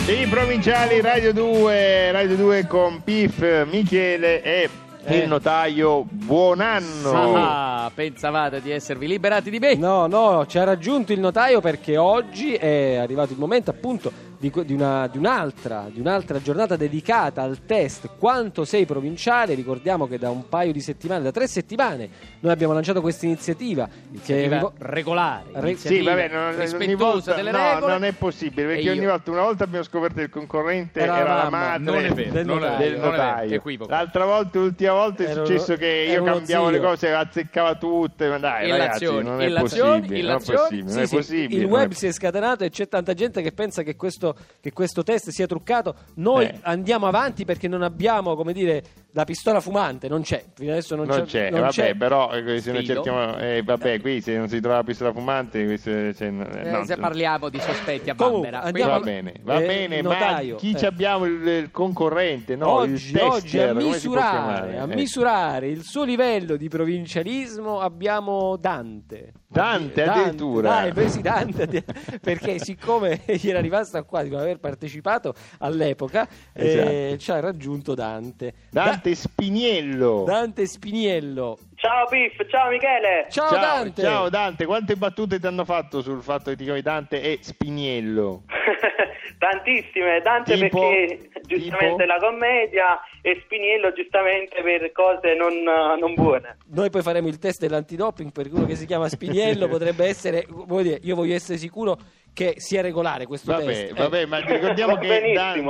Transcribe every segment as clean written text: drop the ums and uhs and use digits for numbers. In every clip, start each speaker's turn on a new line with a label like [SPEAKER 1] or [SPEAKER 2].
[SPEAKER 1] I provinciali Radio 2 con Pif, Michele e il notaio. Buon anno!
[SPEAKER 2] Pensavate di esservi liberati di me?
[SPEAKER 3] No, ci ha raggiunto il notaio perché oggi è arrivato il momento appunto di un'altra giornata dedicata al test Quanto sei provinciale. Ricordiamo che da un paio di settimane, da 3 settimane, noi abbiamo lanciato questa iniziativa
[SPEAKER 2] regolare,
[SPEAKER 1] sì, vabbè,
[SPEAKER 2] rispettosa delle regole.
[SPEAKER 1] Non è possibile, perché una volta abbiamo scoperto che il concorrente era la madre
[SPEAKER 2] non è vero,
[SPEAKER 1] del notaio. L'ultima volta è successo che io cambiavo le cose, azzeccava tutte, ma dai ragazzi, non è possibile.
[SPEAKER 3] Il web si è scatenato e c'è tanta gente che pensa che questo test sia truccato. Noi andiamo avanti perché non abbiamo, come dire, la pistola fumante, non c'è. Fino adesso non c'è.
[SPEAKER 1] Vabbè, però se noi cerchiamo, qui se non si trova la pistola fumante, se
[SPEAKER 2] parliamo di sospetti a
[SPEAKER 1] Bambera. Va bene,
[SPEAKER 3] notaio,
[SPEAKER 1] ma chi ci abbiamo il concorrente?
[SPEAKER 3] Oggi a misurare il suo livello di provincialismo abbiamo Dante addirittura. Dante, perché siccome gli era rimasto qua di non aver partecipato all'epoca, ci ha raggiunto Dante
[SPEAKER 1] Spiniello.
[SPEAKER 4] Ciao Piff, ciao Michele.
[SPEAKER 1] Ciao Dante, quante battute ti hanno fatto sul fatto che ti chiami Dante e Spiniello?
[SPEAKER 4] Tantissime, Dante perché giustamente la commedia e Spiniello giustamente per cose non buone.
[SPEAKER 3] Noi poi faremo il test dell'antidoping per uno che si chiama Spiniello, potrebbe essere, io voglio essere sicuro che sia regolare questo test.
[SPEAKER 1] Vabbè, ma ricordiamo che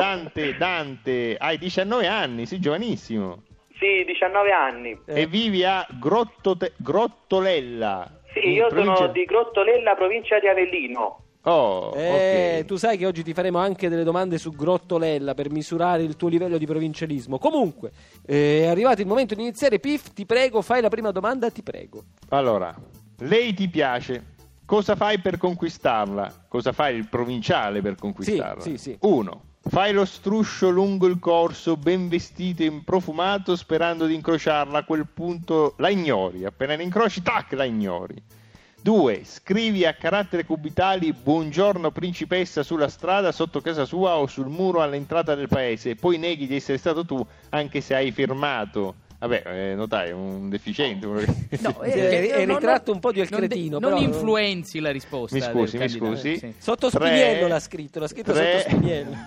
[SPEAKER 1] Dante hai 19 anni, sei giovanissimo.
[SPEAKER 4] Sì, 19 anni.
[SPEAKER 1] E vivi a Grottolella.
[SPEAKER 4] Sì, io sono di Grottolella, provincia di Avellino.
[SPEAKER 1] Okay.
[SPEAKER 3] Tu sai che oggi ti faremo anche delle domande su Grottolella per misurare il tuo livello di provincialismo. Comunque, è arrivato il momento di iniziare. Pif, ti prego, fai la prima domanda, ti prego.
[SPEAKER 1] Allora, lei ti piace? Cosa fai per conquistarla? Cosa fai il provinciale per conquistarla?
[SPEAKER 3] Sì.
[SPEAKER 1] 1. Fai lo struscio lungo il corso, ben vestito e profumato, sperando di incrociarla. A quel punto la ignori. Appena la incroci, tac, la ignori. 2. Scrivi a caratteri cubitali "Buongiorno principessa" sulla strada, sotto casa sua o sul muro all'entrata del paese. Poi neghi di essere stato tu, anche se hai firmato. Vabbè, notai, un deficiente.
[SPEAKER 3] È ritratto un po' di cretino.
[SPEAKER 2] Non influenzi la risposta.
[SPEAKER 1] Mi scusi.
[SPEAKER 2] Sì.
[SPEAKER 3] Sotto Spiniello l'ha scritto sotto Spiniello.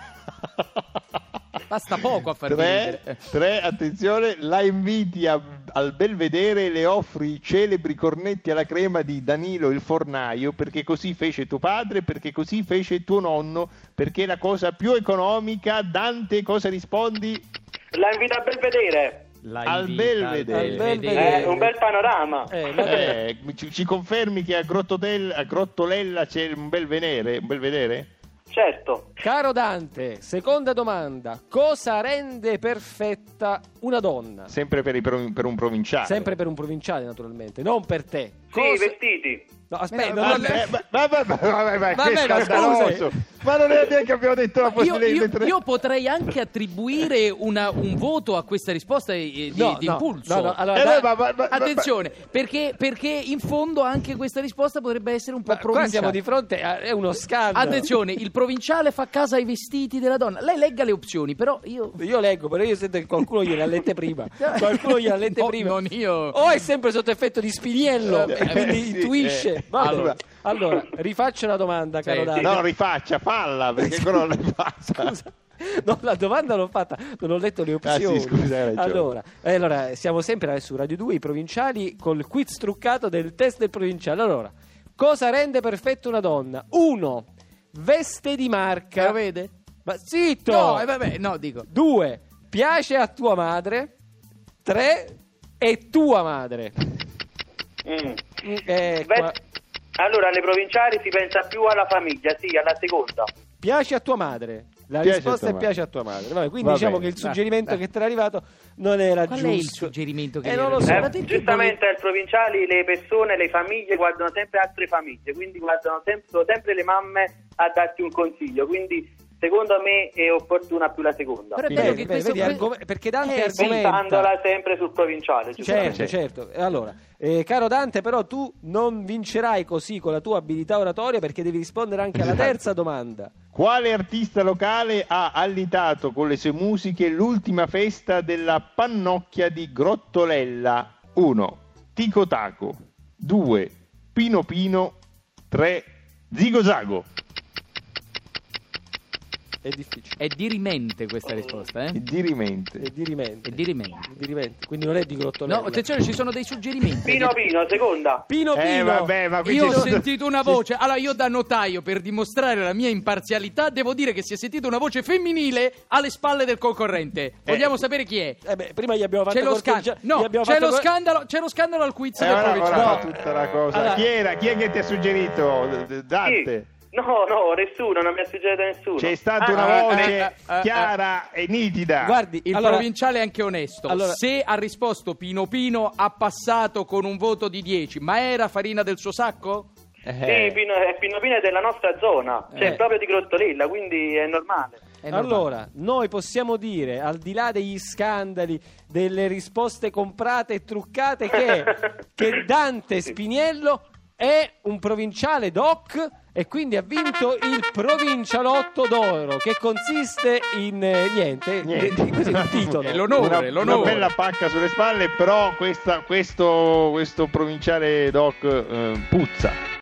[SPEAKER 2] Basta poco a far ridere.
[SPEAKER 1] 3, attenzione, la inviti al Belvedere e le offri i celebri cornetti alla crema di Danilo il fornaio, perché così fece tuo padre, perché così fece tuo nonno, perché è la cosa più economica. Dante, cosa rispondi?
[SPEAKER 4] La invito al Belvedere.
[SPEAKER 1] Al Belvedere.
[SPEAKER 4] Un bel panorama.
[SPEAKER 1] Ci confermi che a Grottolella c'è un Belvedere?
[SPEAKER 4] Certo.
[SPEAKER 3] Caro Dante, seconda domanda: cosa rende perfetta una donna?
[SPEAKER 1] Sempre per un provinciale.
[SPEAKER 3] Sempre per un provinciale, naturalmente, non per te.
[SPEAKER 4] Sì, i vestiti.
[SPEAKER 3] No, aspetta,
[SPEAKER 1] che scandaloso. Ma non è neanche abbiamo detto la possibilità.
[SPEAKER 2] Io potrei anche attribuire un voto a questa risposta di impulso.
[SPEAKER 3] No, allora,
[SPEAKER 2] attenzione, perché in fondo anche questa risposta potrebbe essere un po' provinciale.
[SPEAKER 3] Qua siamo di fronte a uno scandalo.
[SPEAKER 2] Attenzione, il provinciale fa caso ai vestiti della donna. Lei legga le opzioni, però io
[SPEAKER 3] leggo, però io sento che qualcuno gliele ha lette prima.
[SPEAKER 2] Non io.
[SPEAKER 3] O è sempre sotto effetto di Spiniello e quindi intuisce. Allora, rifaccio la domanda, caro Dante.
[SPEAKER 1] No, falla, perché quello non le faccia.
[SPEAKER 3] Scusa. No, la domanda l'ho fatta, non ho letto le opzioni.
[SPEAKER 1] Scusa,
[SPEAKER 3] allora, siamo sempre su Radio 2, i provinciali, col quiz truccato del test del provinciale. Allora, cosa rende perfetta una donna? 1. Veste di marca.
[SPEAKER 2] Lo vede?
[SPEAKER 3] Ma zitto!
[SPEAKER 2] No, dico.
[SPEAKER 3] 2. Piace a tua madre. 3. È tua madre.
[SPEAKER 4] Allora, alle provinciali si pensa più alla famiglia, sì, alla seconda.
[SPEAKER 3] Piace a tua madre. La risposta è piace a tua madre. Vabbè, quindi diciamo che il suggerimento che ti è arrivato non era giusto.
[SPEAKER 2] Qual è il suggerimento che
[SPEAKER 3] non lo so.
[SPEAKER 4] Giustamente ai provinciali le persone, le famiglie guardano sempre altre famiglie, quindi guardano sempre le mamme a darti un consiglio, quindi secondo me è opportuna più la seconda.
[SPEAKER 2] Però è bello che
[SPEAKER 3] perché Dante argomenta
[SPEAKER 4] pensandola sempre sul provinciale.
[SPEAKER 3] Certo. Allora, caro Dante, però tu non vincerai così con la tua abilità oratoria, perché devi rispondere anche alla terza domanda.
[SPEAKER 1] Quale artista locale ha allitato con le sue musiche l'ultima festa della pannocchia di Grottolella? 1. Tico Taco. 2. Pino Pino. 3. Zigo Zago.
[SPEAKER 3] È difficile.
[SPEAKER 2] È dirimente questa risposta,
[SPEAKER 1] È dirimente.
[SPEAKER 3] Quindi non è di Grottolella.
[SPEAKER 2] No, attenzione, ci sono dei suggerimenti.
[SPEAKER 4] Pino, seconda.
[SPEAKER 3] Pino.
[SPEAKER 1] Vabbè, ma
[SPEAKER 2] io ho sentito una voce. Allora, io da notaio, per dimostrare la mia imparzialità, devo dire che si è sentita una voce femminile alle spalle del concorrente. Vogliamo sapere chi è?
[SPEAKER 3] Prima gli abbiamo fatto
[SPEAKER 2] c'è lo scandalo al quiz del
[SPEAKER 1] provinciale. Tutta la cosa. Allora, chi è che ti ha suggerito? Dante?
[SPEAKER 4] No, nessuno, non mi ha suggerito nessuno.
[SPEAKER 1] C'è stata una voce chiara e nitida.
[SPEAKER 2] Guardi, il provinciale è anche onesto. Allora, se ha risposto Pino ha passato con un voto di 10, ma era farina del suo sacco?
[SPEAKER 4] Sì, Pino è della nostra zona, cioè proprio di Grottolella, quindi è normale.
[SPEAKER 3] Allora, noi possiamo dire, al di là degli scandali, delle risposte comprate e truccate, che Dante Spiniello è un provinciale doc e quindi ha vinto il Provincialotto d'Oro, che consiste in niente. Così, un titolo.
[SPEAKER 1] L'onore. Una bella pacca sulle spalle, però questo provinciale doc puzza.